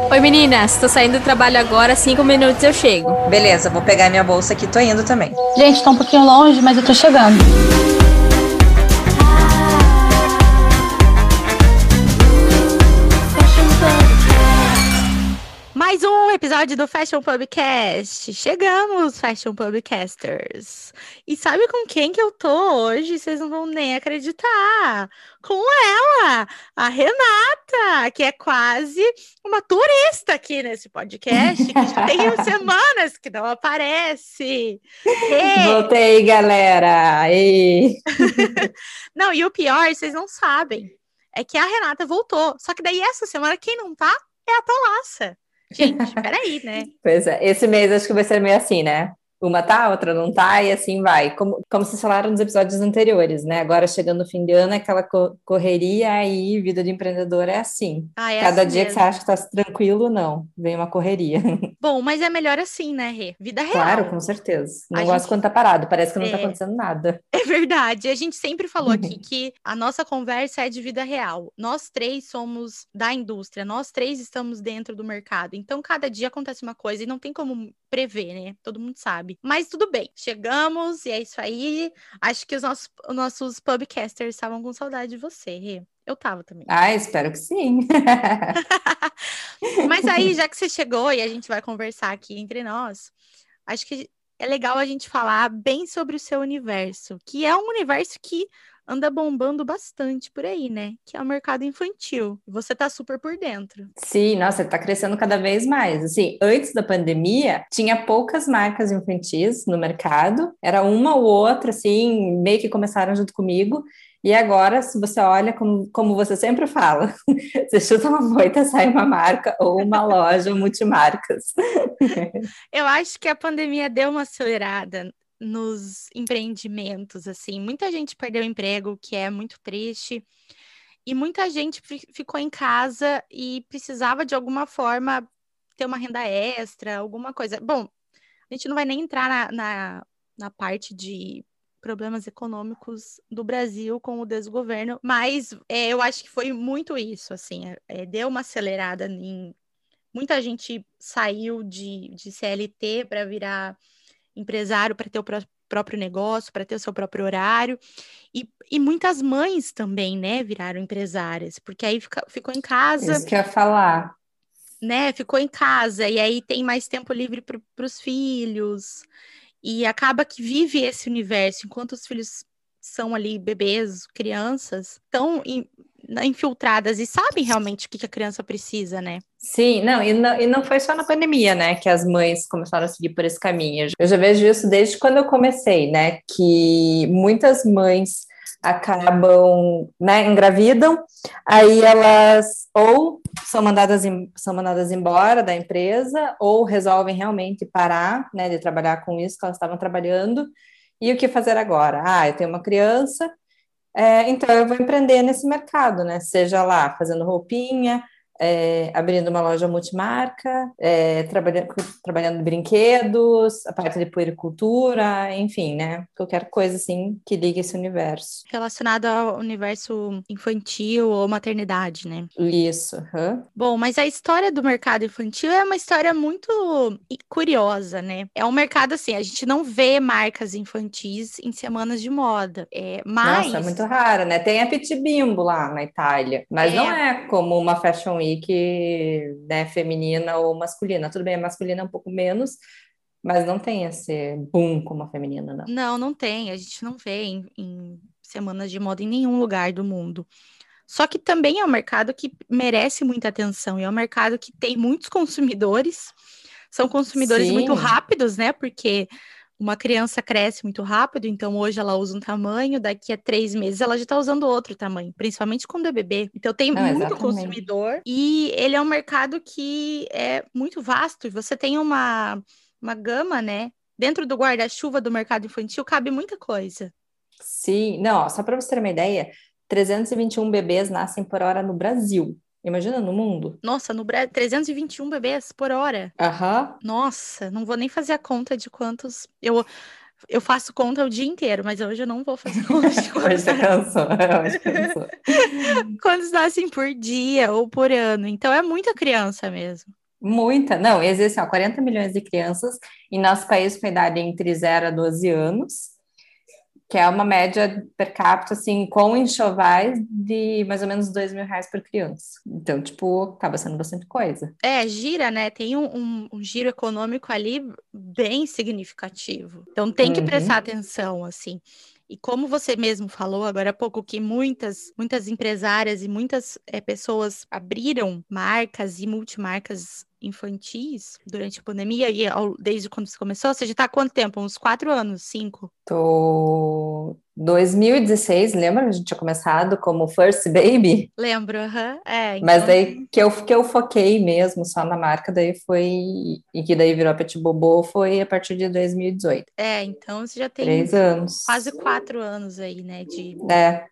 Oi meninas, tô saindo do trabalho agora, 5 minutos eu chego. Beleza, vou pegar minha bolsa aqui, tô indo também. Gente, tá um pouquinho longe, mas eu tô chegando. Mais um episódio do Fashion Pubcast. Chegamos, Fashion Pubcasters. E sabe com quem que eu tô hoje? Vocês não vão nem acreditar. Com ela, a Renata, que é quase uma turista aqui nesse podcast, que já tem semanas que não aparece. Voltei, galera! Ei. Não, e o pior, vocês não sabem, é que a Renata voltou. Só que daí essa semana, quem não tá é a Thalassa. Gente, peraí, né? Pois é, esse mês acho que vai ser meio assim, né? Uma tá, outra não tá, e assim vai. Como vocês falaram nos episódios anteriores, né? Agora chegando no fim de ano, aquela correria aí, vida de empreendedor é assim. Cada assim dia mesmo. que você acha que tá tranquilo, não. Vem uma correria. Bom, mas é melhor assim, né, Rê? Vida real. Claro, com certeza. Não gosto quando tá parado, parece que não tá acontecendo nada. É verdade. A gente sempre falou aqui que a nossa conversa é de vida real. Nós três somos da indústria, nós três estamos dentro do mercado. Então, cada dia acontece uma coisa e não tem como prever, né? Todo mundo sabe. Mas tudo bem, chegamos e é isso aí. Acho que os nossos pubcasters estavam com saudade de você, Rê. Eu tava também. Ah, espero que sim. Mas aí, já que você chegou e a gente vai conversar aqui entre nós, acho que é legal a gente falar bem sobre o seu universo, que é um universo que anda bombando bastante por aí, né? Que é o mercado infantil. Você tá super por dentro. Sim, nossa, tá crescendo cada vez mais. Assim, antes da pandemia, tinha poucas marcas infantis no mercado. Era uma ou outra, assim, meio que começaram junto comigo. E agora, se você olha, como você sempre fala, você chuta uma moita, sai uma marca ou uma loja multimarcas. Eu acho que a pandemia deu uma acelerada nos empreendimentos, assim. Muita gente perdeu o emprego, que é muito triste. E muita gente ficou em casa e precisava, de alguma forma, ter uma renda extra, alguma coisa. Bom, a gente não vai nem entrar na parte de problemas econômicos do Brasil com o desgoverno, mas eu acho que foi muito isso, assim, deu uma acelerada em... Muita gente saiu de CLT para virar empresário, para ter o próprio negócio, para ter o seu próprio horário, e muitas mães também, né, viraram empresárias, porque aí ficou em casa... Isso que eu ia falar. Né, ficou em casa, e aí tem mais tempo livre para os filhos, e acaba que vive esse universo, enquanto os filhos são ali bebês, crianças, tão infiltradas e sabem realmente o que a criança precisa, né? Sim, e não foi só na pandemia, né, que as mães começaram a seguir por esse caminho. Eu já vejo isso desde quando eu comecei, né, que muitas mães acabam, né, engravidam, aí elas ou são mandadas embora da empresa, ou resolvem realmente parar, né, de trabalhar com isso que elas estavam trabalhando. E o que fazer agora? Ah, eu tenho uma criança, então eu vou empreender nesse mercado, né? Seja lá fazendo roupinha, abrindo uma loja multimarca, trabalhando em brinquedos, a parte de puericultura, enfim, né? Qualquer coisa assim que ligue esse universo. Relacionado ao universo infantil ou maternidade, né? Isso. Bom, mas a história do mercado infantil é uma história muito curiosa, né? É um mercado assim, a gente não vê marcas infantis em semanas de moda. Mas... Nossa, é muito rara, né? Tem a Pitibimbo lá na Itália, mas não é como uma Fashion Week, né, feminina ou masculina. Tudo bem, a masculina é um pouco menos, mas não tem esse boom como a feminina, não. Não tem. A gente não vê em semanas de moda em nenhum lugar do mundo. Só que também é um mercado que merece muita atenção e é um mercado que tem muitos consumidores. São consumidores Sim. muito rápidos, né? Porque uma criança cresce muito rápido, então hoje ela usa um tamanho, daqui a 3 meses ela já está usando outro tamanho, principalmente quando é bebê. Então tem muito Exatamente. consumidor e ele é um mercado que é muito vasto e você tem uma gama, né? Dentro do guarda-chuva do mercado infantil cabe muita coisa. Sim, não, só para você ter uma ideia, 321 bebês nascem por hora no Brasil. Imagina no mundo. Nossa, no Brasil, 321 bebês por hora. Aham. Nossa, não vou nem fazer a conta de quantos... Eu faço conta o dia inteiro, mas hoje eu não vou fazer conta de quantos... Hoje você cansou, hoje cansou. Quantos nascem por dia ou por ano. Então é muita criança mesmo. Muita, não, existem 40 milhões de crianças em nosso país com idade entre 0 a 12 anos, que é uma média per capita, assim, com enxovais de mais ou menos R$ 2.000 por criança. Então, tipo, acaba sendo bastante coisa. Gira, né? Tem um giro econômico ali bem significativo. Então tem que prestar Uhum. atenção, assim. E como você mesmo falou agora há pouco, que muitas empresárias e muitas pessoas abriram marcas e multimarcas infantis durante a pandemia e desde quando você começou, você já está há quanto tempo? Uns 4 anos, 5? Tô 2016, lembra que a gente tinha começado como First Baby? Lembro, aham. Mas Então, daí que eu foquei mesmo só na marca, daí foi, e que daí virou Petit Bobô, foi a partir de 2018. então você já tem 3 anos. quase 4 anos aí, né, É,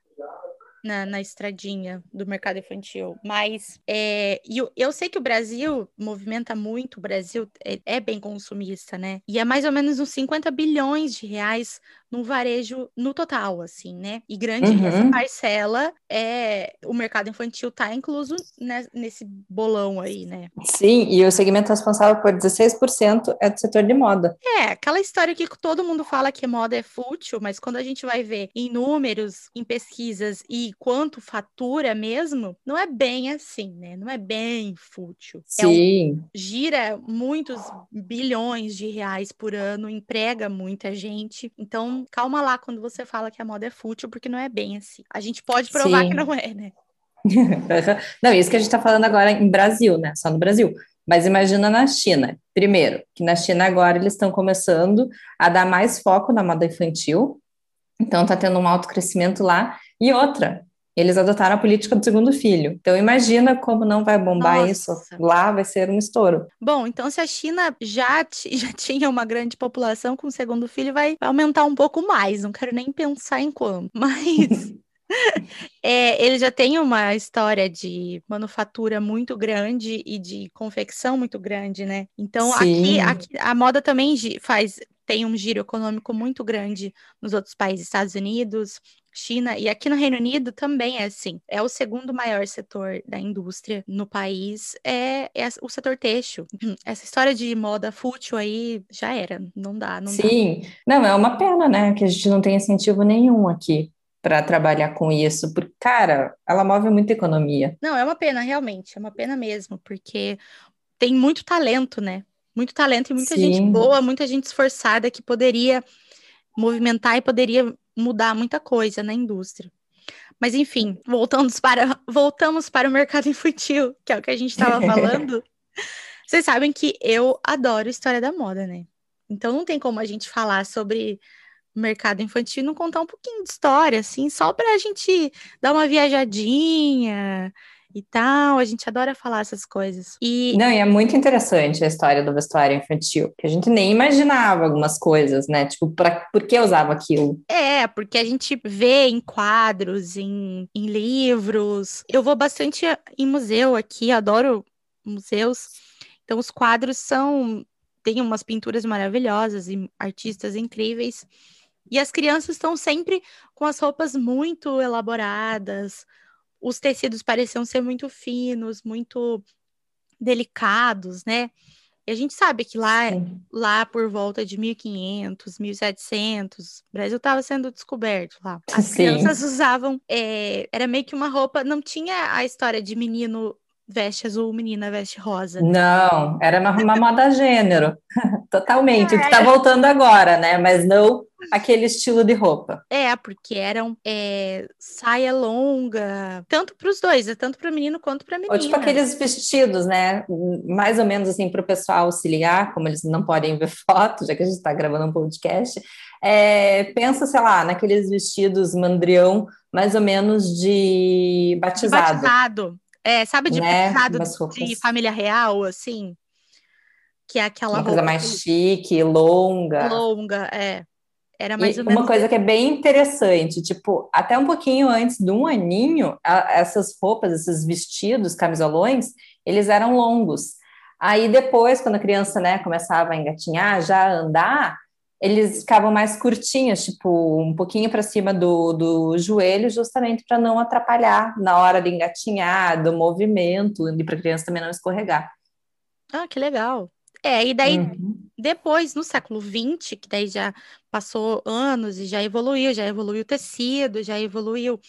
na estradinha do mercado infantil. Mas eu sei que o Brasil movimenta muito, o Brasil é bem consumista, né? E é mais ou menos uns 50 bilhões de reais no varejo no total, assim, né? E grande essa uhum. parcela o mercado infantil tá incluso nesse bolão aí, né? Sim, e o segmento responsável por 16% é do setor de moda. Aquela história que todo mundo fala que moda é fútil, mas quando a gente vai ver em números, em pesquisas e quanto fatura mesmo, não é bem assim, né? Não é bem fútil. Sim, Gira muitos bilhões de reais por ano, emprega muita gente. Então, calma lá quando você fala que a moda é fútil, porque não é bem assim. A gente pode provar que sim. não é, né? Não, isso que a gente está falando agora em Brasil, né? Só no Brasil. Mas imagina na China. Primeiro, que na China agora eles estão começando a dar mais foco na moda infantil. Então está tendo um alto crescimento lá. E outra, eles adotaram a política do segundo filho. Então imagina como não vai bombar isso. Nossa. Lá vai ser um estouro. Bom, então se a China já tinha uma grande população com o segundo filho, vai aumentar um pouco mais. Não quero nem pensar em quanto. Mas ele já tem uma história de manufatura muito grande e de confecção muito grande, né? Então aqui Sim, a moda também tem um giro econômico muito grande nos outros países, Estados Unidos, China, e aqui no Reino Unido também é assim. É o segundo maior setor da indústria no país, é o setor têxtil. Essa história de moda fútil aí já era, não dá, não dá. sim. Não, é uma pena, né? Que a gente não tem incentivo nenhum aqui para trabalhar com isso. Porque, cara, ela move muita economia. Não, é uma pena, realmente, é uma pena mesmo, porque tem muito talento, né? Muito talento e muita gente Sim. boa, muita gente esforçada que poderia movimentar e poderia mudar muita coisa na indústria. Mas enfim, voltamos para o mercado infantil, que é o que a gente estava falando. Vocês sabem que eu adoro história da moda, né? Então não tem como a gente falar sobre o mercado infantil e não contar um pouquinho de história, assim, só para a gente dar uma viajadinha e tal. A gente adora falar essas coisas. E Não, e é muito interessante a história do vestuário infantil, que a gente nem imaginava algumas coisas, né? Tipo, por que usava aquilo? porque a gente vê em quadros, em livros. Eu vou bastante em museu aqui, adoro museus. Então, os quadros têm umas pinturas maravilhosas e artistas incríveis. E as crianças estão sempre com as roupas muito elaboradas. Os tecidos pareciam ser muito finos, muito delicados, né? E a gente sabe que Sim. lá por volta de 1500, 1700, o Brasil estava sendo descoberto lá. As crianças Sim. usavam, era meio que uma roupa, não tinha a história de menino veste azul, menina veste rosa. Não, era uma moda gênero, totalmente. O que tá É, voltando agora, né? Mas não aquele estilo de roupa. porque eram saia longa, tanto para os dois, tanto para o menino quanto para a Ou tipo menina. aqueles vestidos, né? Mais ou menos assim para o pessoal se ligar, como eles não podem ver foto, já que a gente está gravando um podcast. Pensa, sei lá, naqueles vestidos mandrião, mais ou menos de De batizado, batizado. Sabe de né? batizado Umas de roupas, família real, assim? Que é aquela uma coisa roupa mais chique, longa. longa, era mais ou E uma menos coisa que é esse. bem interessante, tipo, até um pouquinho antes de um aninho, essas roupas, esses vestidos, camisolões, eles eram longos. Aí depois, quando a criança, né, começava a engatinhar, já a andar, eles ficavam mais curtinhos, tipo, um pouquinho para cima do joelho, justamente para não atrapalhar na hora de engatinhar, do movimento, e para a criança também não escorregar. Ah, que legal. E daí, Uhum. depois, no século XX, que daí já passou anos e já evoluiu o tecido, já evoluiu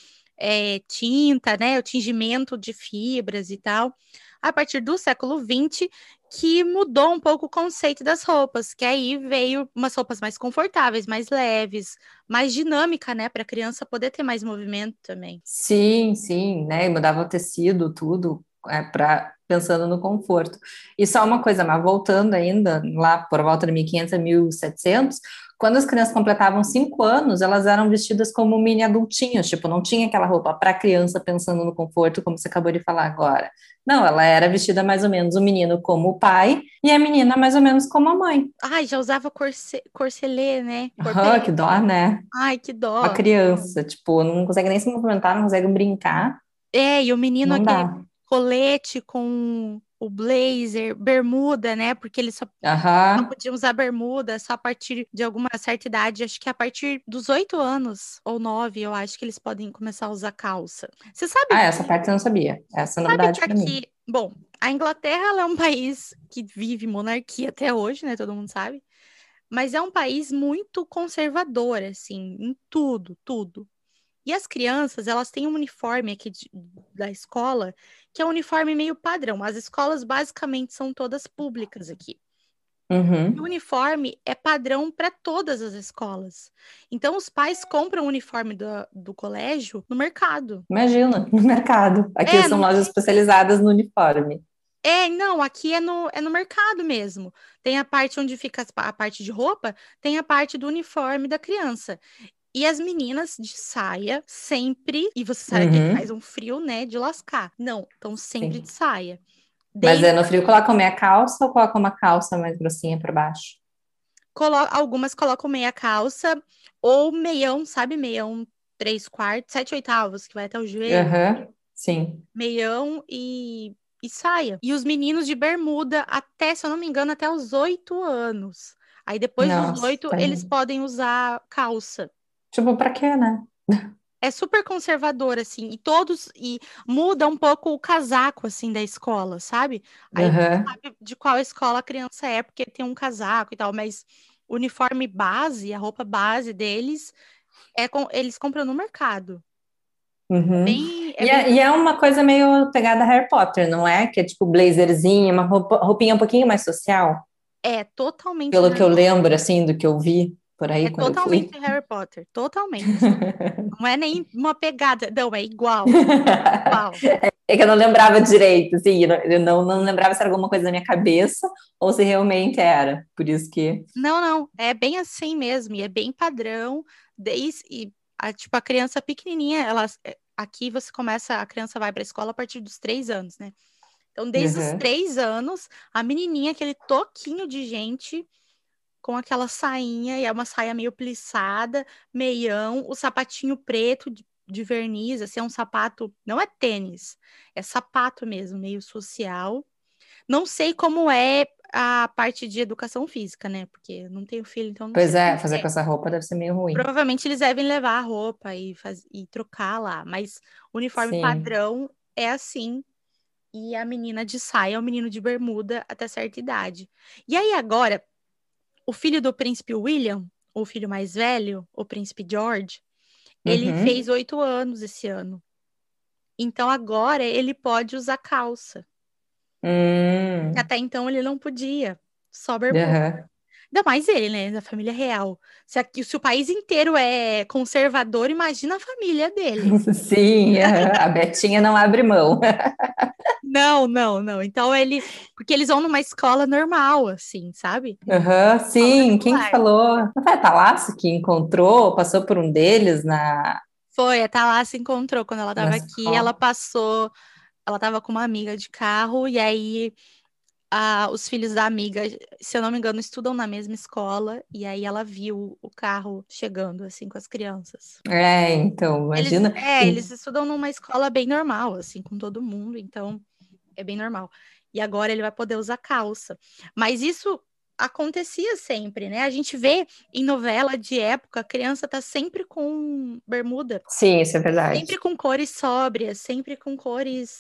tinta, né, o tingimento de fibras e tal. A partir do século XX, que mudou um pouco o conceito das roupas, que aí veio umas roupas mais confortáveis, mais leves, mais dinâmica, né, para a criança poder ter mais movimento também. Sim, sim, né? E mudava o tecido, tudo, pensando no conforto. E só uma coisa, mas voltando ainda lá por volta de 1500 a 1700, quando as crianças completavam 5 anos, elas eram vestidas como mini adultinhos, tipo, não tinha aquela roupa para criança pensando no conforto, como você acabou de falar agora. Não, ela era vestida mais ou menos o menino como o pai e a menina mais ou menos como a mãe. Ai, já usava corcelê, né? Ah, que dó, Corpete. né? Ai, que Uma dó. criança, tipo, não consegue nem se movimentar, não consegue brincar, E o menino não aquele dá. colete com o blazer, bermuda, né? Porque eles só Aham. podiam usar bermuda só a partir de alguma certa idade. Acho que a partir dos 8 anos ou 9, eu acho que eles podem começar a usar calça. Você Ah, essa parte eu não sabia. Essa é sabe que novidade para mim. aqui, bom, a Inglaterra ela é um país que vive monarquia até hoje, né? Todo mundo sabe. Mas é um país muito conservador, assim, em tudo, tudo. E as crianças, elas têm um uniforme aqui da escola, que é um uniforme meio padrão. As escolas basicamente são todas públicas aqui. E o Uhum. uniforme é padrão para todas as escolas. Então, os pais compram o uniforme do colégio no mercado. Imagina, no mercado. Aqui são Não lojas tem. especializadas no uniforme. Não, aqui é no mercado mesmo. Tem a parte onde fica a parte de roupa, tem a parte do uniforme da criança. E as meninas de saia sempre, e você sabe que faz Uhum. um frio, né, de lascar. Não, estão sempre de Sim. saia. Mas Desde é no frio colocam meia calça ou colocam uma calça mais grossinha por baixo? algumas colocam meia calça ou meião, sabe? Meião 3/4, 7/8, que vai até o joelho. Aham. Sim. Meião e saia. E os meninos de bermuda até, se eu não me engano, até os 8 anos. Aí depois dos Nossa, 8, tá eles aí. podem usar calça. Tipo, pra quê, né? É super conservador, assim, e muda um pouco o casaco, assim, da escola, sabe? Aí você Aham. sabe de qual escola a criança é, porque tem um casaco e tal, mas o uniforme base, a roupa base deles, eles compram no mercado. Uhum. É E bem é, e é uma coisa meio pegada Harry Potter, não é? Que é tipo blazerzinho, uma roupinha um pouquinho mais social, totalmente pelo que Harry eu Potter. lembro, assim, do que eu vi por É aí quando eu totalmente fui. Harry Potter, totalmente. Não é nem uma pegada, não, é igual, igual. É que eu não lembrava direito, assim, eu não lembrava se era alguma coisa na minha cabeça ou se realmente era. Por isso que. Não, não, é bem assim mesmo, e é bem padrão, tipo, a criança pequenininha, aqui a criança vai para a escola a partir dos 3 anos, né? Então, desde os Uhum. 3 anos, a menininha, aquele toquinho de gente, com aquela sainha, e é uma saia meio plissada, meião, o sapatinho preto de verniz, assim, é um sapato, não é tênis, é sapato mesmo, meio social. Não sei como é a parte de educação física, né? Porque eu não tenho filho, então não Pois sei é, como fazer é. com essa roupa deve ser meio ruim. Provavelmente eles devem levar a roupa e trocar lá, mas o uniforme Sim. padrão é assim. E a menina de saia é o menino de bermuda até certa idade. E aí agora, o filho do príncipe William, o filho mais velho, o príncipe George, ele Uhum. fez 8 anos esse ano. Então agora ele pode usar calça. Que Hum. até então ele não podia, só bermuda. Aham. Ainda mais ele, né? Da família real. Se o país inteiro é conservador, imagina a família dele. Sim, aham. A Betinha não abre mão. Não, não, não. Então porque eles vão numa escola normal, assim, sabe? Aham. Escola Sim, quem que regular. falou? Não foi a Thalassi que encontrou, passou por um deles Foi, a Thalassa encontrou quando ela na tava aqui, ela escola? passou, ela tava com uma amiga de carro, e aí os filhos da amiga, se eu não me engano, estudam na mesma escola, e aí ela viu o carro chegando, assim, com as crianças. É, então, Eles, imagina. é, eles estudam numa escola bem normal, assim, com todo mundo, então é bem normal. E agora ele vai poder usar calça. Mas isso acontecia sempre, né? A gente vê em novela de época, a criança tá sempre com bermuda, Sim, isso é verdade. sempre com cores sóbrias, sempre com cores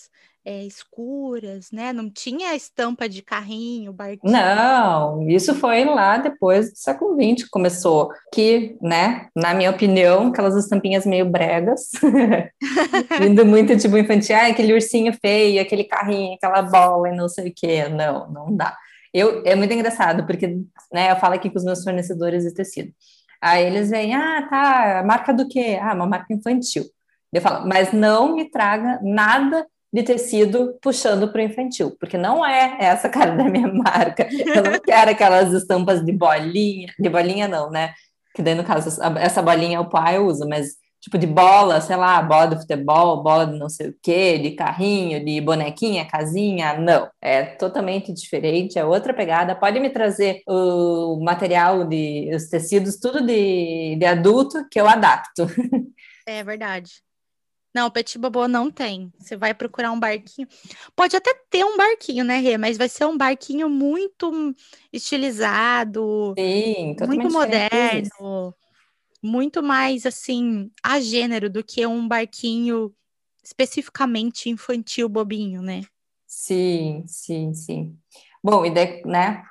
escuras, né? Não tinha estampa de carrinho, barquinho. Não, isso foi lá depois do século XX que começou, que, né, na minha opinião, aquelas estampinhas meio bregas, indo muito tipo infantil, aquele ursinho feio, aquele carrinho, aquela bola e não sei o quê. Não, não dá. É muito engraçado, porque, né, eu falo aqui com os meus fornecedores de tecido. Aí eles vêm, tá, marca do quê? Uma marca infantil. Eu falo, mas não me traga nada de tecido puxando para o infantil, porque não é essa a cara da minha marca. Eu não quero aquelas estampas de bolinha não, né? Que daí, no caso, essa bolinha o pai usa, mas tipo de bola, sei lá, bola do futebol, bola de não sei o quê, de carrinho, de bonequinha, casinha, não. É totalmente diferente, é outra pegada. Pode me trazer o material, os tecidos, tudo de adulto, que eu adapto. É verdade. Não, o Petit Bobô não tem. Você vai procurar um barquinho. Pode até ter um barquinho, né, Rê? Mas vai ser um barquinho muito estilizado, Sim, muito totalmente diferente. moderno, muito mais, assim, a gênero do que um barquinho especificamente infantil bobinho, né? Sim, sim, sim. Bom, e daí, né,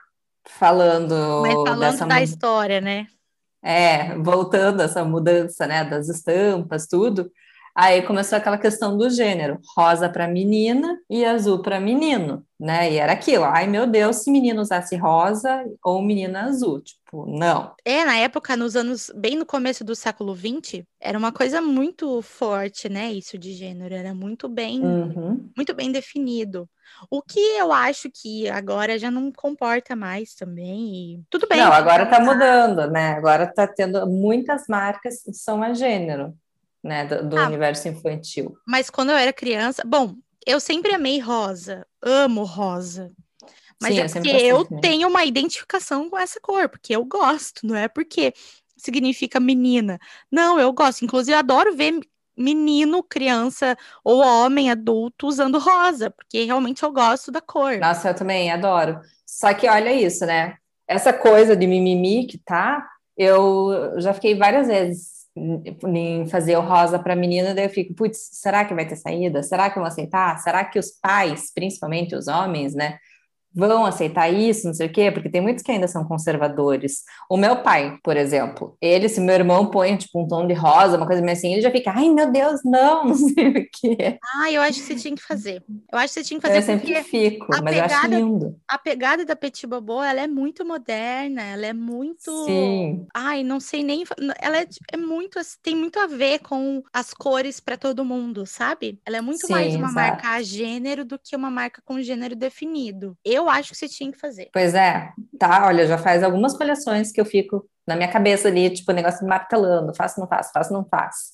Mas falando falando dessa, da história, né? voltando a essa mudança, né, das estampas, tudo, aí começou aquela questão do gênero, rosa para menina e azul para menino, né, e era aquilo, ai meu Deus, se menino usasse rosa ou menina azul, tipo, não. Na época, bem no começo do século XX, era uma coisa muito forte, né? Isso de gênero, era Uhum. muito bem definido. O que eu acho que agora já não comporta mais também. E tudo bem, Não, poder agora tá usar. mudando, né, agora tá tendo muitas marcas que são a gênero, né, do Ah, universo infantil. mas quando eu era criança, bom, eu sempre amei rosa, amo rosa. Mas Sim, é eu porque sempre gostei eu também. tenho uma identificação com essa cor, porque eu gosto, não é porque significa menina. Não, eu gosto. Inclusive, eu adoro ver menino, criança ou homem adulto usando rosa, porque realmente eu gosto da cor. Nossa, eu também adoro. Só que olha isso, né? Essa coisa de mimimi que tá, eu já fiquei várias vezes em fazer o rosa para menina, daí eu fico, putz, será que vai ter saída? Será que vão aceitar? Será que os pais, principalmente os homens, né, vão aceitar isso, não sei o quê? Porque tem muitos que ainda são conservadores. O meu pai, por exemplo, ele, se meu irmão põe tipo um tom de rosa, uma coisa meio assim, ele já fica, ai meu Deus, não, não sei o quê. Ah, eu acho que você tinha que fazer. Eu acho que você tinha que fazer Eu sempre porque fico, a mas eu acho pegada, lindo. a pegada da Petit Bobô, ela é muito moderna, ela é muito, Sim. ai, não sei nem, ela é muito, tem muito a ver com as cores para todo mundo, sabe? Ela é muito mais Sim, uma marca a exato. gênero do que uma marca com gênero definido. Eu acho que você tinha que fazer. Pois é, tá, olha, já faz algumas coleções que eu fico na minha cabeça ali, tipo, o negócio me martelando, faço, não faço, faço, não faço.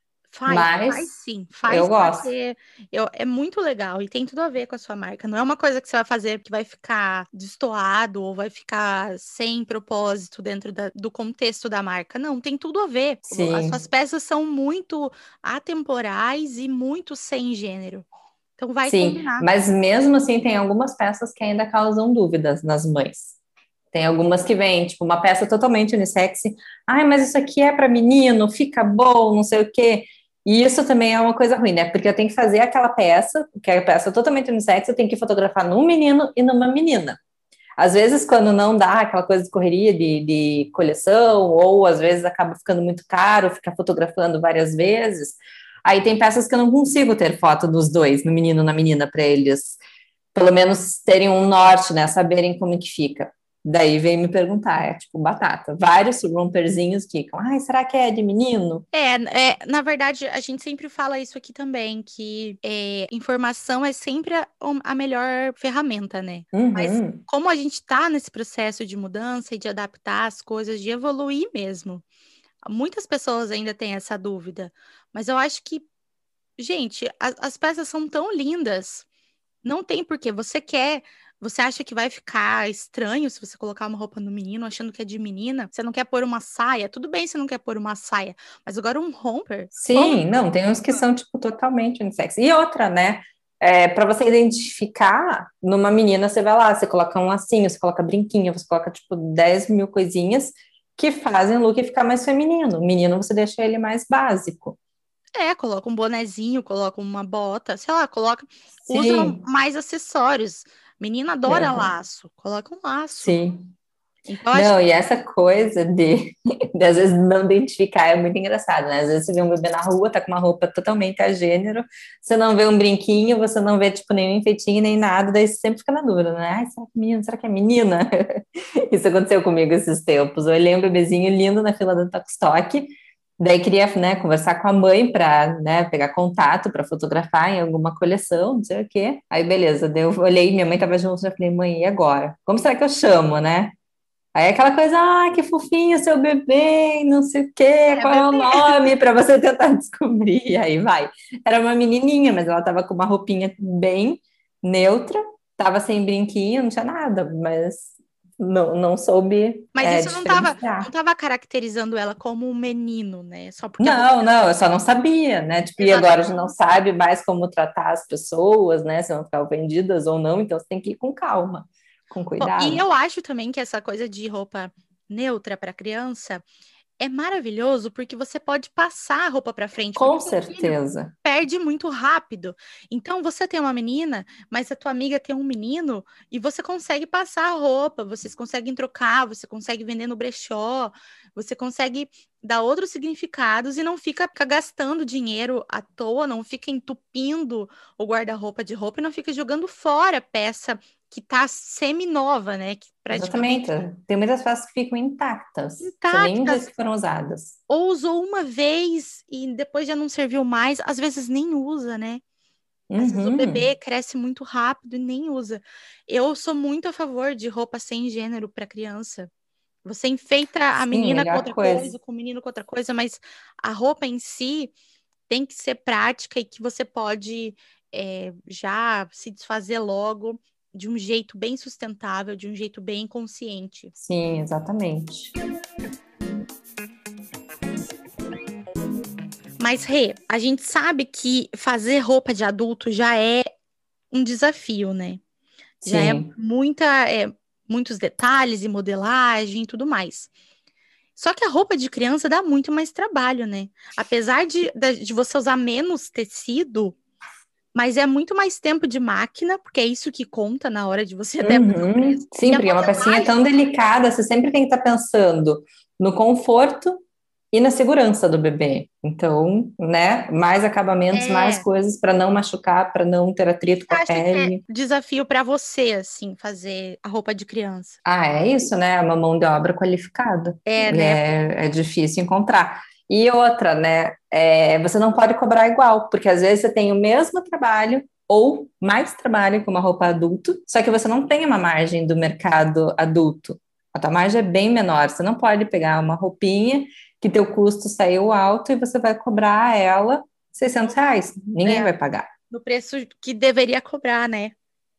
Faz Mas sim, eu faz gosto. porque é muito legal e tem tudo a ver com a sua marca. Não é uma coisa que você vai fazer que vai ficar destoado ou vai ficar sem propósito dentro do contexto da marca. Não, tem tudo a ver. As suas Sim, peças são muito atemporais e muito sem gênero. Então vai sim, combinar. mas mesmo assim tem algumas peças que ainda causam dúvidas nas mães. Tem algumas que vêm, tipo, uma peça totalmente unissex. Ai, mas isso aqui é para menino, fica bom, não sei o quê. E isso também é uma coisa ruim, né? Porque eu tenho que fazer aquela peça, que é a peça totalmente unissex, eu tenho que fotografar num menino e numa menina. Às vezes, quando não dá aquela coisa de correria de coleção, ou às vezes acaba ficando muito caro ficar fotografando várias vezes, aí tem peças que eu não consigo ter foto dos dois, no menino e na menina, para eles pelo menos terem um norte, né? Saberem como que fica. Daí vem me perguntar, é tipo batata. Vários romperzinhos ficam, ai, será que é de menino? Na verdade, a gente sempre fala isso aqui também, que informação é sempre a melhor ferramenta, né? Mas Uhum, como a gente está nesse processo de mudança e de adaptar as coisas, de evoluir mesmo, muitas pessoas ainda têm essa dúvida. Mas eu acho que, gente, as peças são tão lindas. Não tem porquê. Você acha que vai ficar estranho se você colocar uma roupa no menino achando que é de menina? Você não quer pôr uma saia? Tudo bem se não quer pôr uma saia, mas agora um romper? Como? sim, não, tem uns que são, tipo, totalmente unissex. E outra, né? Para você identificar, numa menina, você vai lá, você coloca um lacinho, você coloca brinquinho, você coloca, tipo, 10 mil coisinhas que fazem o look ficar mais feminino. O menino, você deixa ele mais básico. Coloca um bonezinho, coloca uma bota, sei lá, usa Sim, mais acessórios. Menina adora aham, laço, coloca um laço. sim. Então, acho Não, que e essa coisa de às vezes não identificar é muito engraçado, né? Às vezes você vê um bebê na rua, tá com uma roupa totalmente a gênero, você não vê um brinquinho, você não vê, tipo, nenhum enfeitinho, nem nada, daí você sempre fica na dúvida, né? Ai, será que é menino? Será que é menina? Isso aconteceu comigo esses tempos. Eu olhei um bebezinho lindo na fila do Tokstok, daí queria, né, conversar com a mãe para, né, pegar contato para fotografar em alguma coleção, não sei o quê. Aí, beleza, daí eu olhei, minha mãe tava junto, eu falei, mãe, e agora? Como será que eu chamo, né? Aí é aquela coisa, que fofinho seu bebê, não sei o quê, qual é o bebê. nome, para você tentar descobrir. E aí vai. Era uma menininha, mas ela tava com uma roupinha bem neutra, tava sem brinquinho, não tinha nada, mas não soube Mas isso não diferenciar. tava caracterizando ela como um menino, né? Só porque a roupa Não, não, eu só não sabia, né? Tipo, e agora a gente não exatamente. sabe mais como tratar as pessoas, né? Se vão ficar ofendidas ou não, então você tem que ir com calma, com Bom, e cuidado. eu acho também que essa coisa de roupa neutra para criança é maravilhoso porque você pode passar a roupa para frente, porque Com o seu filho certeza. perde muito rápido. Então você tem uma menina, mas a tua amiga tem um menino e você consegue passar a roupa, vocês conseguem trocar, você consegue vender no brechó, você consegue dar outros significados e não fica gastando dinheiro à toa, não fica entupindo o guarda-roupa de roupa e não fica jogando fora a peça que tá semi-nova, né? Que Exatamente. praticamente Tem muitas peças que ficam intactas. Você nem diz intactas, que foram usadas. ou usou uma vez e depois já não serviu mais, às vezes nem usa, né? Às vezes o bebê Uhum. cresce muito rápido e nem usa. Eu sou muito a favor de roupa sem gênero para criança. Você enfeita a Sim, menina com melhor outra coisa. coisa, com o menino com outra coisa, mas a roupa em si tem que ser prática e que você pode já se desfazer logo de um jeito bem sustentável, de um jeito bem consciente. Sim, exatamente. Mas, Rê, a gente sabe que fazer roupa de adulto já é um desafio, né? Já é Sim. muitos detalhes e modelagem e tudo mais. Só que a roupa de criança dá muito mais trabalho, né? Apesar de você usar menos tecido, mas é muito mais tempo de máquina, porque é isso que conta na hora de você até fazer o Uhum. preço. E Sim, a porque é uma pecinha tão modelagem, delicada, você sempre tem que estar pensando no conforto e na segurança do bebê. Então, né, mais acabamentos, mais é, coisas para não machucar, para não ter atrito com você a acha que é pele. desafio para você, assim, fazer a roupa de criança? Ah, é isso, né? É uma mão de obra qualificada. É, né? É difícil encontrar. E outra, né? Você não pode cobrar igual, porque às vezes você tem o mesmo trabalho ou mais trabalho com uma roupa adulto, só que você não tem uma margem do mercado adulto. A tua margem é bem menor. Você não pode pegar uma roupinha que teu custo saiu alto e você vai cobrar a ela R$ 600. Ninguém É, vai pagar. no preço que deveria cobrar, né?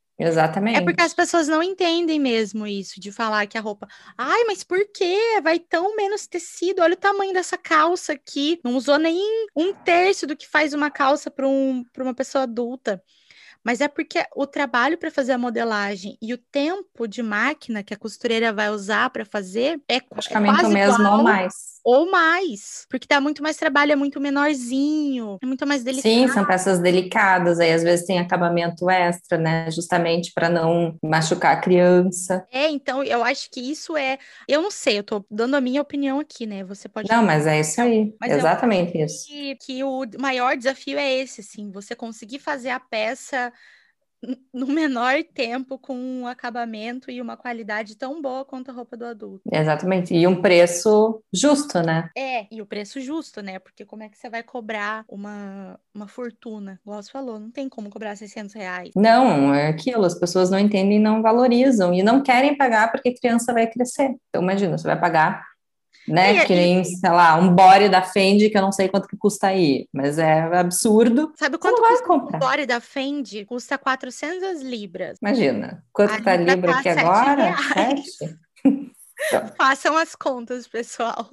É porque as Exatamente. pessoas não entendem mesmo isso, de falar que a roupa. Ai, mas por quê? Vai tão menos tecido. Olha o tamanho dessa calça aqui. Não usou nem um terço do que faz uma calça para uma pessoa adulta. Mas é porque o trabalho para fazer a modelagem e o tempo de máquina que a costureira vai usar para fazer é Praticamente o quase mesmo ou igual mais. ou mais. Porque dá muito mais trabalho, é muito menorzinho, é muito mais Sim, delicado. são peças delicadas, aí às vezes tem acabamento extra, né? Justamente para não machucar a criança. Então eu acho que isso é. Eu não sei, eu tô dando a minha opinião aqui, né? Você pode Não, ter. mas é isso Não, aí, mas eu acho exatamente isso. que o maior desafio é esse, assim, você conseguir fazer a peça no menor tempo com um acabamento e uma qualidade tão boa quanto a roupa do adulto. Exatamente. E um preço justo, né? E o preço justo, né? Porque como é que você vai cobrar uma fortuna? Igual você falou, não tem como cobrar R$ 600. Não, é aquilo, as pessoas não entendem, não valorizam e não querem pagar porque a criança vai crescer. Então, imagina, você vai pagar, né? Que E nem, sei lá, um body da Fendi, que eu não sei quanto que custa aí, mas é absurdo. sabe Você não quanto vai custa um comprar. body da Fendi? Custa 400 libras. Imagina, quanto A que tá a libra Libra tá aqui R$ 7. agora? 7? Então, Façam as contas, pessoal.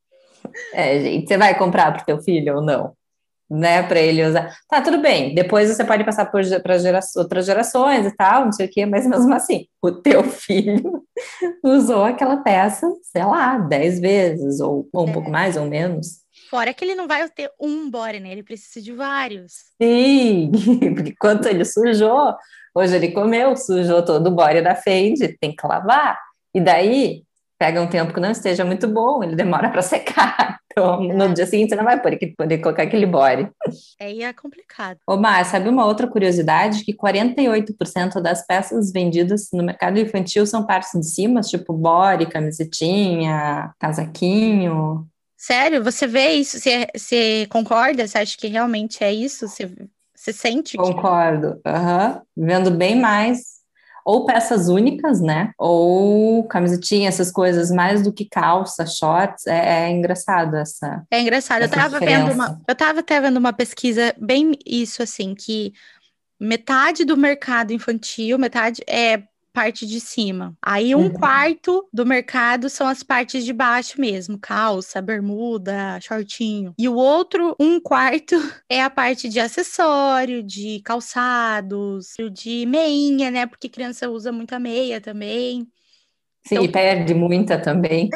gente, você vai comprar para o teu filho ou não? Né, para ele usar. Tá, tudo bem. Depois você pode passar para outras gerações e tal, não sei o quê, mas mesmo assim, o teu filho usou aquela peça, sei lá, 10 vezes, ou um pouco mais ou menos. Fora que ele não vai ter um body, né? Ele precisa de vários. Sim, porque quando ele sujou, hoje ele comeu, sujou todo o body da Fendi, tem que lavar. E daí, pega um tempo que não esteja muito bom, ele demora para secar. Então, no dia seguinte, você não vai poder colocar aquele body. Aí é complicado. Ô, Mar, sabe uma outra curiosidade? Que 48% das peças vendidas no mercado infantil são partes de cima, tipo body, camisetinha, casaquinho. Sério? Você vê isso? Você concorda? Você acha que realmente é isso? Você sente que... Concordo. Aham. Vendo bem mais. Ou peças únicas, né? Ou camisetinha, essas coisas, mais do que calça, shorts. É engraçado essa, É engraçado. essa diferença. Eu tava até vendo uma pesquisa bem isso, assim, que metade do mercado infantil, metade é parte de cima. Aí um quarto do mercado são as partes de baixo mesmo, calça, bermuda, shortinho. E o outro, um quarto, é a parte de acessório, de calçados, de meinha, né? Porque criança usa muita meia também. Sim, Então, e perde muita também.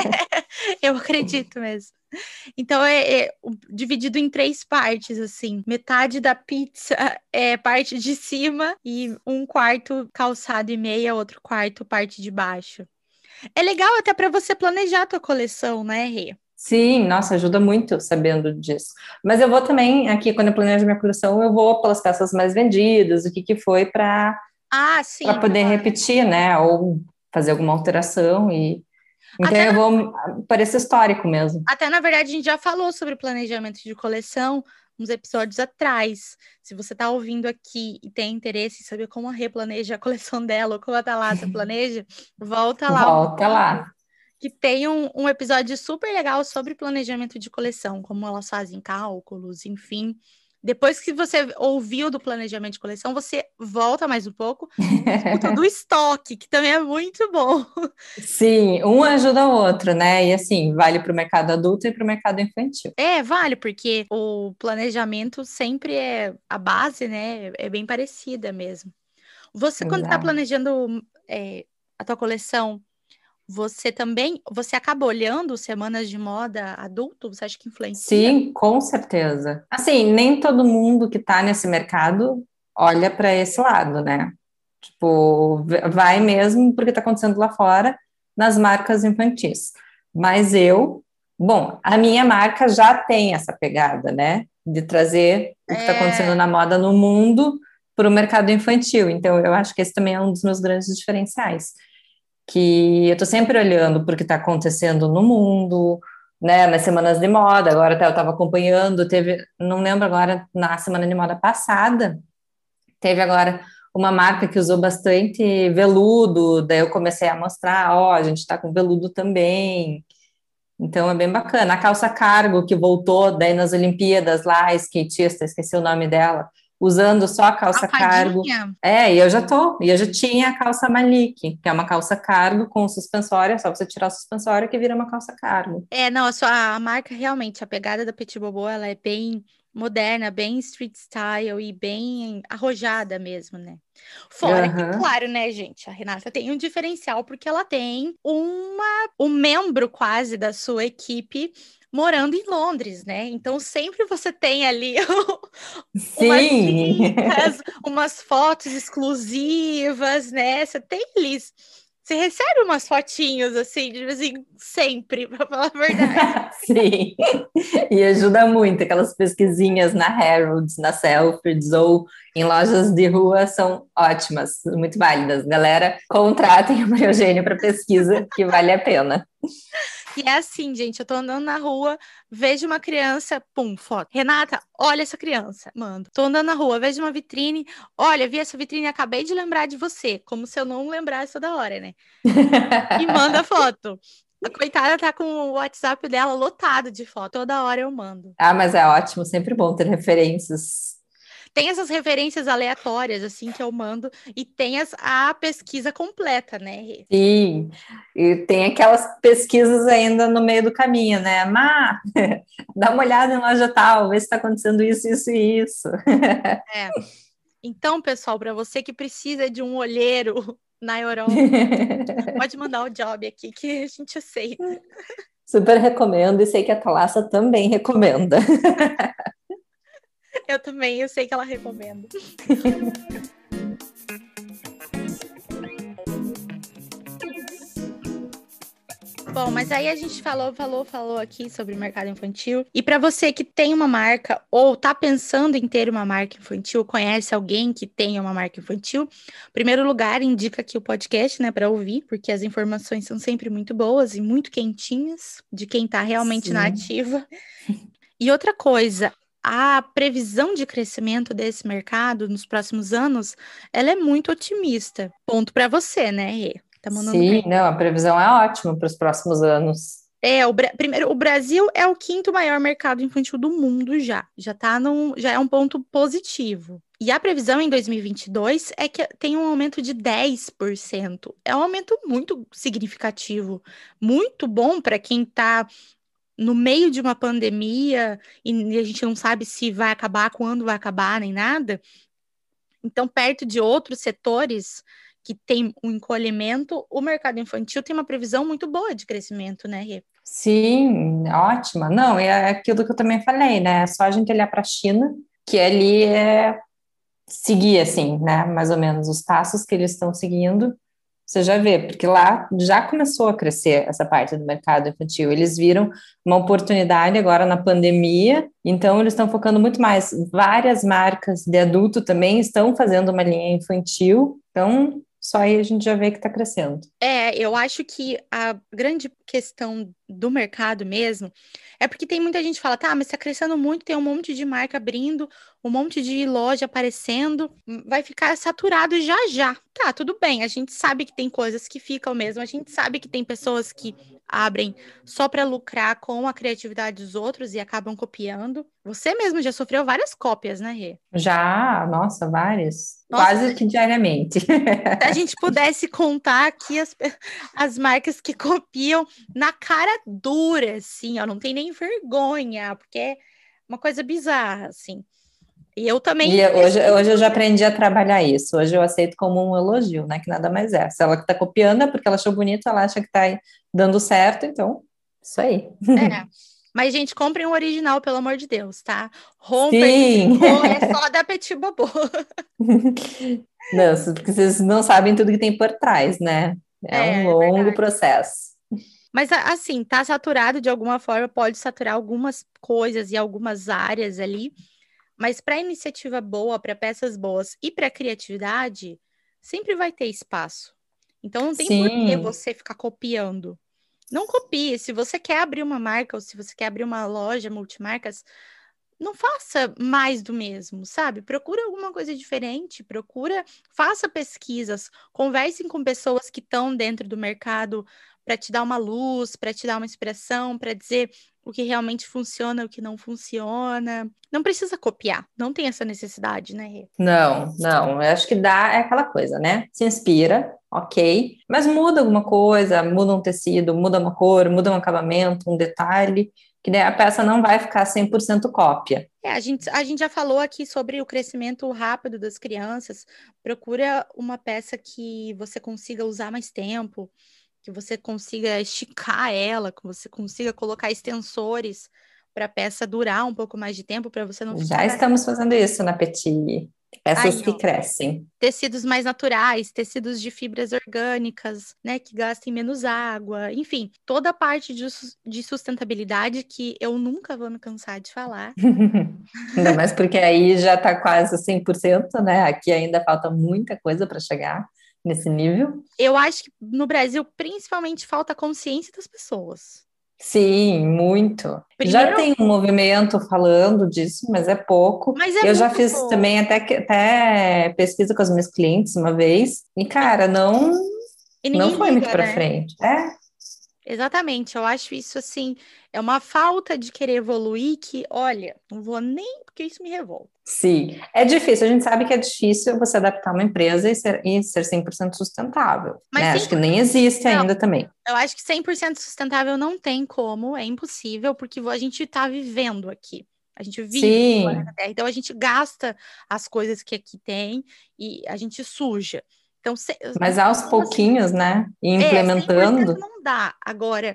eu acredito mesmo. Então, dividido em 3 partes, assim. Metade da pizza é parte de cima e um quarto calçado e meia, outro quarto parte de baixo. É legal até para você planejar a tua coleção, né, Rê? Sim, nossa, ajuda muito sabendo disso. Mas eu vou também, aqui, quando eu planejo minha coleção, eu vou pelas peças mais vendidas, o que foi para Sim, poder claro. repetir, né? Ou fazer alguma alteração e então Até eu vou para esse histórico mesmo. Até, na verdade, a gente já falou sobre planejamento de coleção uns episódios atrás. Se você está ouvindo aqui e tem interesse em saber como a Rê planeja a coleção dela ou como a Thalassa planeja, volta lá. Volta lá. Que tem um episódio super legal sobre planejamento de coleção, como elas fazem cálculos, enfim. Depois que você ouviu do planejamento de coleção, você volta mais um pouco e escuta do estoque, que também é muito bom. Sim, um ajuda o outro, né? E assim, vale para o mercado adulto e para o mercado infantil. Vale, porque o planejamento sempre é a base, né? É bem parecida mesmo. Você, quando está Exato. planejando a tua coleção, você acaba olhando semanas de moda adulto? Você acha que influencia? Sim, com certeza. Assim, nem todo mundo que está nesse mercado olha para esse lado, né? Tipo, vai mesmo porque está acontecendo lá fora nas marcas infantis. Mas bom, a minha marca já tem essa pegada, né? De trazer o que está acontecendo na moda no mundo para o mercado infantil. Então, eu acho que esse também é um dos meus grandes diferenciais. Que eu estou sempre olhando para o que está acontecendo no mundo, né? Nas semanas de moda, agora até eu estava acompanhando, não lembro agora, na semana de moda passada, teve agora uma marca que usou bastante veludo, daí eu comecei a mostrar, a gente está com veludo também, então é bem bacana. A calça cargo que voltou daí nas Olimpíadas lá, a skatista, esqueci o nome dela, usando só a calça cargo. E eu já tinha a calça Malik, que é uma calça cargo com suspensório, é só você tirar o suspensório que vira uma calça cargo. Não, a marca realmente, a pegada da Petit Bobo, ela é bem moderna, bem street style e bem arrojada mesmo, né? Fora que, claro, né, gente, a Renata tem um diferencial porque ela tem um membro quase da sua equipe morando em Londres, né? Então sempre você tem ali umas fotos exclusivas, né? Você tem ali. Você recebe umas fotinhos, assim, sempre, pra falar a verdade. Sim, e ajuda muito. Aquelas pesquisinhas na Harrods, na Selfridges ou em lojas de rua são ótimas, muito válidas. Galera, contratem o Maria Eugênia para pesquisa, que vale a pena. E é assim, gente, eu tô andando na rua, vejo uma criança, pum, foto. Renata, olha essa criança, mando. Tô andando na rua, vejo uma vitrine, olha, vi essa vitrine, acabei de lembrar de você, como se eu não lembrasse toda hora, né? E manda foto. A coitada tá com o WhatsApp dela lotado de foto, toda hora eu mando. Mas é ótimo, sempre bom ter referências. Tem essas referências aleatórias, assim, que eu mando, e tem a pesquisa completa, né, Rê? Sim, e tem aquelas pesquisas ainda no meio do caminho, né? Dá uma olhada em loja tal, vê se está acontecendo isso, isso e isso. Então, pessoal, para você que precisa de um olheiro na Europa, pode mandar o job aqui que a gente aceita. Super recomendo e sei que a Thalassa também recomenda. Eu também, eu sei que ela recomenda. Bom, mas aí a gente falou aqui sobre o mercado infantil. E para você que tem uma marca ou tá pensando em ter uma marca infantil, conhece alguém que tenha uma marca infantil, em primeiro lugar, indica aqui o podcast, né, para ouvir, porque as informações são sempre muito boas e muito quentinhas de quem tá realmente na ativa. E outra coisa, a previsão de crescimento desse mercado nos próximos anos, ela é muito otimista. Ponto para você, né, Rê? Tá mandando Sim, bem. não, a previsão é ótima para os próximos anos. Primeiro, o Brasil é o quinto maior mercado infantil do mundo já. Já é um ponto positivo. E a previsão em 2022 é que tem um aumento de 10%. É um aumento muito significativo, muito bom para quem está no meio de uma pandemia e a gente não sabe se vai acabar, quando vai acabar, nem nada. Então, perto de outros setores que tem um encolhimento, o mercado infantil tem uma previsão muito boa de crescimento, né, Rê? Sim, ótima. Não, é aquilo que eu também falei, né? É só a gente olhar para a China, que ali é seguir, assim, né? Mais ou menos os passos que eles estão seguindo. Você já vê, porque lá já começou a crescer essa parte do mercado infantil. Eles viram uma oportunidade agora na pandemia, então eles estão focando muito mais. Várias marcas de adulto também estão fazendo uma linha infantil, então só aí a gente já vê que está crescendo. Eu acho que a grande questão do mercado mesmo é porque tem muita gente que fala, tá, mas está crescendo muito, tem um monte de marca abrindo, um monte de loja aparecendo, vai ficar saturado já já. Tá, tudo bem, a gente sabe que tem coisas que ficam mesmo, a gente sabe que tem pessoas que abrem só para lucrar com a criatividade dos outros e acabam copiando. Você mesmo já sofreu várias cópias, né, Rê? Já, nossa, várias, Nossa, quase que diariamente. se a gente pudesse contar aqui as marcas que copiam na cara dura, assim, ó, não tem nem vergonha, porque é uma coisa bizarra, assim. E eu também. E hoje eu já aprendi a trabalhar isso. Hoje eu aceito como um elogio, né? Que nada mais é. Se ela está copiando é porque ela achou bonito, ela acha que está dando certo, então, isso aí. É. Mas, gente, comprem o original, pelo amor de Deus, tá? Romper Sim! é só da Petit Bobô. Não, porque vocês não sabem tudo que tem por trás, né? É um É longo verdade. processo. Mas, assim, tá saturado de alguma forma, pode saturar algumas coisas e algumas áreas ali. Mas para iniciativa boa, para peças boas e para criatividade, sempre vai ter espaço. Então não tem por que Sim, você ficar copiando. Não copie. Se você quer abrir uma marca ou se você quer abrir uma loja multimarcas, não faça mais do mesmo, sabe? Procura alguma coisa diferente, faça pesquisas, converse com pessoas que estão dentro do mercado para te dar uma luz, para te dar uma inspiração, para dizer o que realmente funciona, o que não funciona. Não precisa copiar, não tem essa necessidade, né, Rê? não. Eu acho que dá é aquela coisa, né? Se inspira, ok, mas muda alguma coisa, muda um tecido, muda uma cor, muda um acabamento, um detalhe, que daí a peça não vai ficar 100% cópia. A gente já falou aqui sobre o crescimento rápido das crianças. Procura uma peça que você consiga usar mais tempo, que você consiga esticar ela, que você consiga colocar extensores para a peça durar um pouco mais de tempo, para você não Já ficar. estamos fazendo isso na Petit. Peças Aí, que ó, crescem. tecidos mais naturais, tecidos de fibras orgânicas, né, que gastem menos água, enfim, toda a parte de sustentabilidade que eu nunca vou me cansar de falar. Ainda mais porque aí já está quase 100%, né? Aqui ainda falta muita coisa para chegar nesse nível. Eu acho que no Brasil, principalmente, falta consciência das pessoas. Sim, muito. Já Primeiro, tem um movimento falando disso, mas é pouco. mas é Eu já muito fiz também pouco. até pesquisa com os meus clientes uma vez, e cara, E não ninguém foi muito liga, para né? frente. É, Exatamente, eu acho isso assim, é uma falta de querer evoluir que, olha, não vou nem porque isso me revolta. sim. É difícil, a gente sabe que é difícil você adaptar uma empresa e ser 100% sustentável, Mas né? Acho que nem existe não, ainda também. eu acho que 100% sustentável não tem como, é impossível, porque a gente está vivendo aqui. A gente vive no planeta Sim, Terra, então a gente gasta as coisas que aqui tem e a gente suja. Então, mas aos pouquinhos, né? E 100% implementando. não dá. Agora,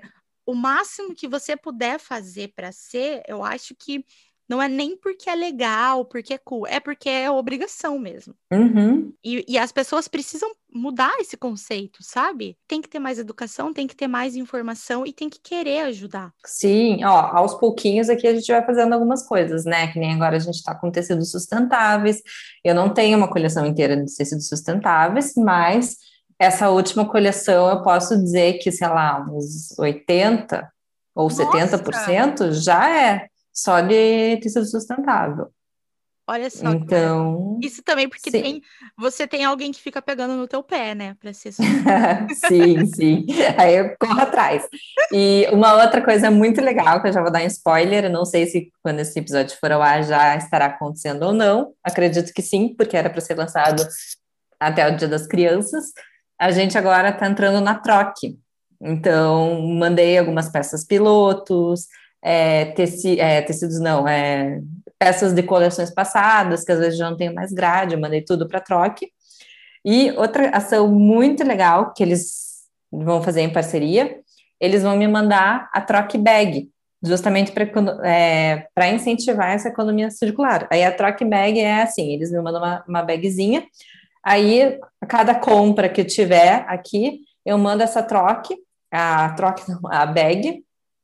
o máximo que você puder fazer para ser, eu acho que não é nem porque é legal, porque é cool, é porque é obrigação mesmo. Uhum. E as pessoas precisam mudar esse conceito, sabe? Tem que ter mais educação, tem que ter mais informação e tem que querer ajudar. Sim, ó, aos pouquinhos aqui a gente vai fazendo algumas coisas, né? Que nem agora a gente está com tecidos sustentáveis. Eu não tenho uma coleção inteira de tecidos sustentáveis, mas essa última coleção eu posso dizer que, sei lá, uns 80 ou Nossa! 70% já é só de tecido sustentável. Olha só, Então, isso também porque sim. você tem alguém que fica pegando no teu pé, né? Para ser Sim, sim. Aí eu corro atrás. E uma outra coisa muito legal, que eu já vou dar um spoiler, eu não sei se quando esse episódio for ao ar já estará acontecendo ou não. Acredito que sim, porque era para ser lançado até o Dia das Crianças. A gente agora está entrando na troque. Então, mandei algumas peças pilotos, tecidos não, peças de coleções passadas, que às vezes já não tenho mais grade, eu mandei tudo para troque. E outra ação muito legal que eles vão fazer em parceria, eles vão me mandar a troque bag, justamente para incentivar essa economia circular. Aí a troque bag é assim, eles me mandam uma bagzinha, aí a cada compra que eu tiver aqui, eu mando essa a bag,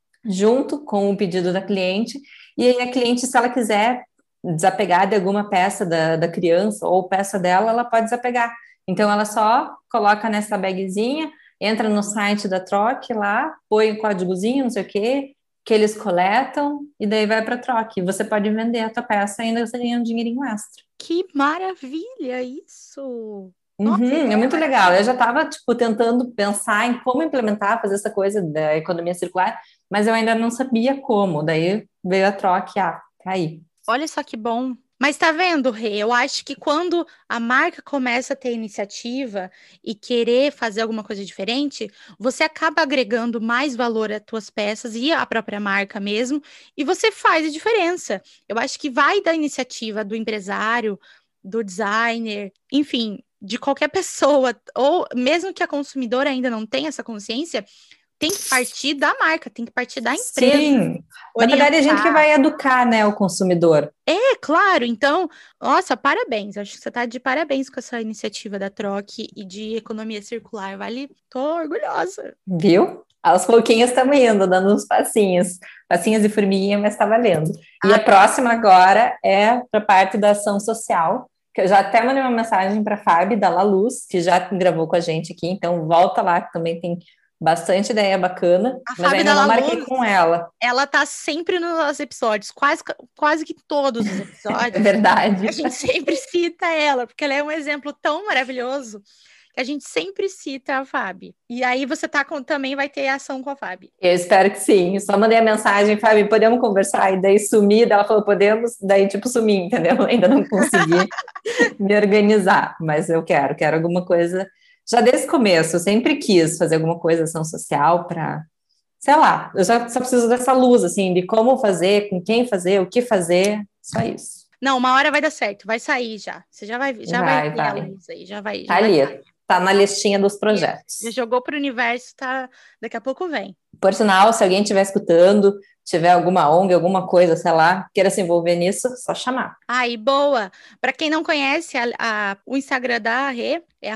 junto com o pedido da cliente, e aí a cliente, se ela quiser desapegar de alguma peça da criança ou peça dela, ela pode desapegar. Então, ela só coloca nessa bagzinha, entra no site da troque lá, põe o códigozinho, não sei o quê, que eles coletam, e daí vai para troque. Você pode vender a tua peça e ainda você ganha um dinheirinho extra. Que maravilha isso! Uhum, é muito legal. Eu já estava, tipo, tentando pensar em como implementar, fazer essa coisa da economia circular, mas eu ainda não sabia como. Daí veio a troca, tá aí. Olha só que bom. Mas tá vendo, Rê? Eu acho que quando a marca começa a ter iniciativa e querer fazer alguma coisa diferente, você acaba agregando mais valor às tuas peças e à própria marca mesmo, e você faz a diferença. Eu acho que vai da iniciativa do empresário, do designer, enfim, de qualquer pessoa, ou mesmo que a consumidora ainda não tenha essa consciência, tem que partir da marca, tem que partir da empresa. Sim, na verdade, a gente que vai educar, né, o consumidor. É, claro. Então, nossa, parabéns. Acho que você está de parabéns com essa iniciativa da troque e de economia circular. Vale, tô orgulhosa. Viu? Aos pouquinhos estamos indo, dando uns passinhos. Passinhos de formiguinha, mas está valendo. E a próxima agora é para a parte da ação social, que eu já até mandei uma mensagem para a Fábio da La Luz, que já gravou com a gente aqui, então volta lá, que também tem bastante ideia bacana, mas ainda não marquei com ela. Ela tá sempre nos episódios, quase que todos os episódios. É verdade. A gente sempre cita ela, porque ela é um exemplo tão maravilhoso que a gente sempre cita a Fábio. E aí você também vai ter ação com a Fábio. Eu espero que sim. Só mandei a mensagem, Fábio, podemos conversar? E daí sumi, daí ela falou, podemos, daí tipo sumi, entendeu? Ainda não consegui me organizar, mas eu quero alguma coisa. Já desde o começo, eu sempre quis fazer alguma coisa, ação social, para, sei lá, eu só preciso dessa luz, assim, de como fazer, com quem fazer, o que fazer, só isso. Não, uma hora vai dar certo, vai sair já. Você já vai ter a luz aí, já vai. Tá ali, tá na listinha dos projetos. Já jogou pro universo, tá? Daqui a pouco vem. Por sinal, se alguém estiver escutando, tiver alguma ONG, alguma coisa, sei lá, queira se envolver nisso, só chamar. Aí, boa! Para quem não conhece, o Instagram da Rê é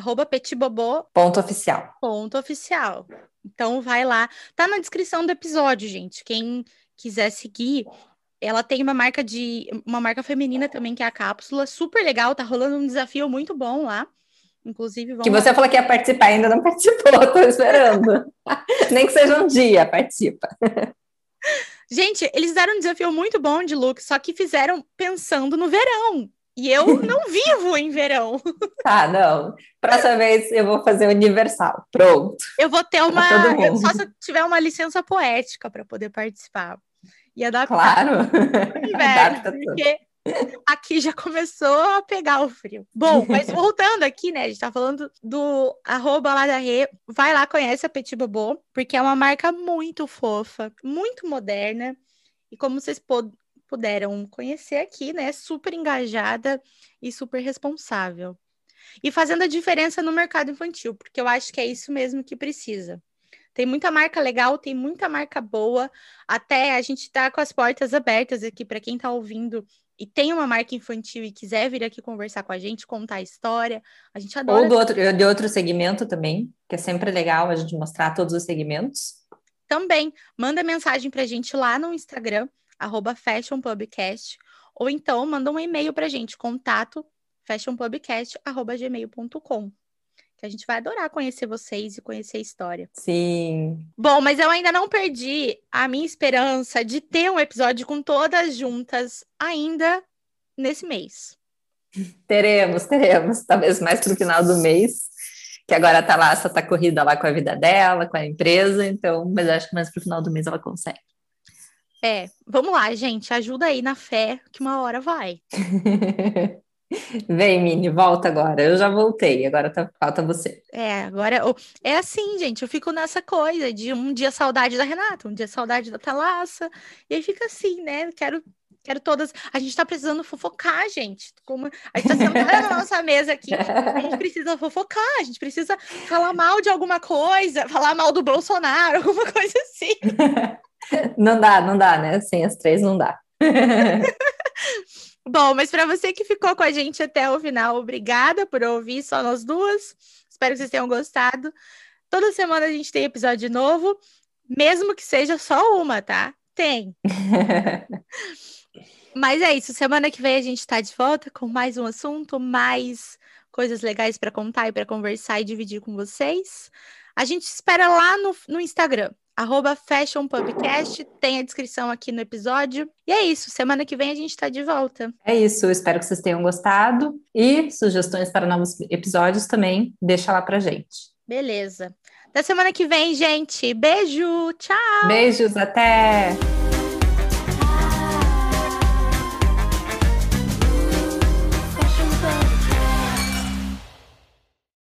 @petitbobo.oficial. Então, vai lá. Tá na descrição do episódio, gente. Quem quiser seguir, ela tem uma marca feminina também, que é a Cápsula. Super legal, tá rolando um desafio muito bom lá. Inclusive, vamos que você falou que ia participar, ainda não participou, tô esperando. Nem que seja um dia, participa. Gente, eles fizeram um desafio muito bom de look, só que fizeram pensando no verão. E eu não vivo em verão. Tá, não. Próxima vez eu vou fazer universal. Pronto. Eu vou ter só se eu tiver uma licença poética para poder participar. E adaptar. Claro. Adapta porque aqui já começou a pegar o frio. Bom, mas voltando aqui, né? A gente tá falando do @ lá da Rê. Vai lá, conhece a Petit Bobo, porque é uma marca muito fofa, muito moderna. E como vocês puderam conhecer aqui, né? Super engajada e super responsável. E fazendo a diferença no mercado infantil, porque eu acho que é isso mesmo que precisa. Tem muita marca legal, tem muita marca boa. Até a gente tá com as portas abertas aqui para quem tá ouvindo e tem uma marca infantil e quiser vir aqui conversar com a gente, contar a história. A gente adora. Ou de outro segmento também, que é sempre legal a gente mostrar todos os segmentos. Também, manda mensagem pra gente lá no Instagram, @fashionpubcast, ou então manda um e-mail pra gente, contato fashionpubcast@gmail.com. Que a gente vai adorar conhecer vocês e conhecer a história. Sim. Bom, mas eu ainda não perdi a minha esperança de ter um episódio com todas juntas ainda nesse mês. Teremos. Talvez mais pro final do mês, que agora tá lá, só tá corrida lá com a vida dela, com a empresa, então, mas acho que mais pro final do mês ela consegue. Vamos lá, gente, ajuda aí na fé que uma hora vai. Vem, Mini, volta agora. Eu já voltei, agora falta você. Agora é assim, gente. Eu fico nessa coisa de um dia saudade da Renata, um dia saudade da Thalassa, e aí fica assim, né? Quero todas. A gente tá precisando fofocar, gente. Como a gente tá sentada na nossa mesa aqui, a gente precisa fofocar, a gente precisa falar mal de alguma coisa, falar mal do Bolsonaro, alguma coisa assim. Não dá, né? Sem as três não dá. Bom, mas para você que ficou com a gente até o final, obrigada por ouvir só nós duas. Espero que vocês tenham gostado. Toda semana a gente tem episódio novo, mesmo que seja só uma, tá? Tem. Mas é isso, semana que vem a gente tá de volta com mais um assunto, mais coisas legais para contar e para conversar e dividir com vocês. A gente espera lá no Instagram. @fashionpubcast, tem a descrição aqui no episódio. E é isso, semana que vem a gente tá de volta. É isso, espero que vocês tenham gostado. E sugestões para novos episódios também, deixa lá pra gente. Beleza. Até semana que vem, gente. Beijo, tchau! Beijos, até!